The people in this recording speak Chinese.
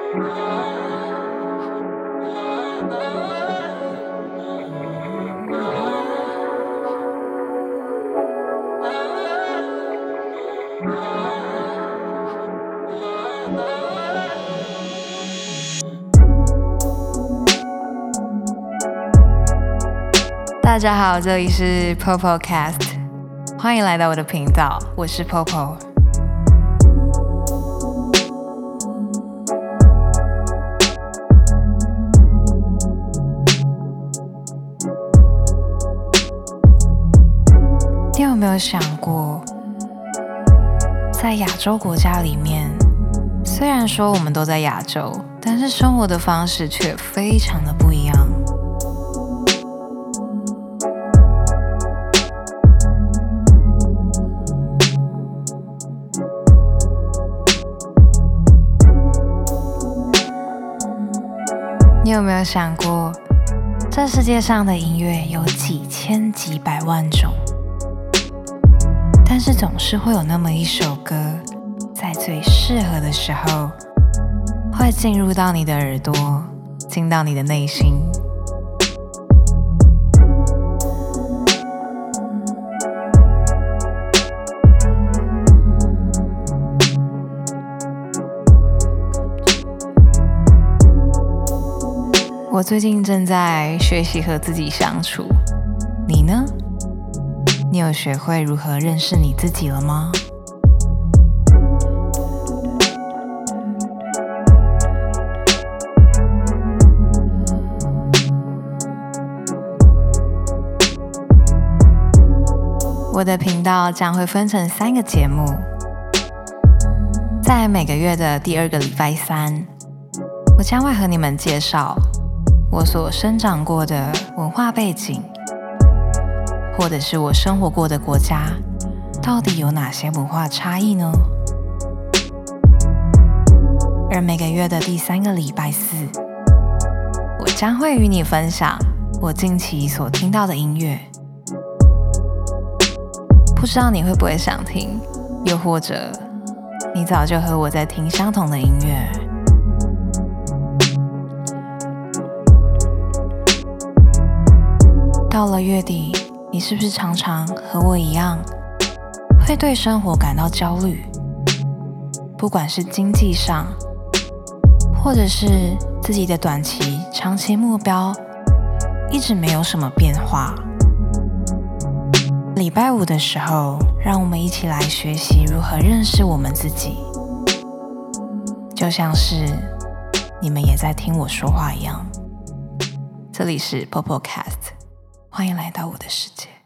大家好，这里是 PoPoCast， 欢迎来到我的频道，我是 Popo。你有没有想过，在亚洲国家里面，虽然说我们都在亚洲，但是生活的方式却非常的不一样。你有没有想过，这世界上的音乐有几千几百万种，但是总是会有那么一首歌，在最适合的时候，会进入到你的耳朵，进到你的内心。我最近正在学习和自己相处，你呢？你有学会如何认识你自己了吗？我的频道将会分成3个节目，在每个月的第2个礼拜三，我将会和你们介绍我所生长过的文化背景，或者是我生活过的国家，到底有哪些文化差异呢？而每个月的第3个礼拜四，我将会与你分享我近期所听到的音乐。不知道你会不会想听，又或者你早就和我在听相同的音乐。到了月底，你是不是常常和我一样，会对生活感到焦虑？不管是经济上，或者是自己的短期、长期目标，一直没有什么变化。礼拜五的时候，让我们一起来学习如何认识我们自己，就像是你们也在听我说话一样。这里是 PoPoCast，欢迎来到我的世界。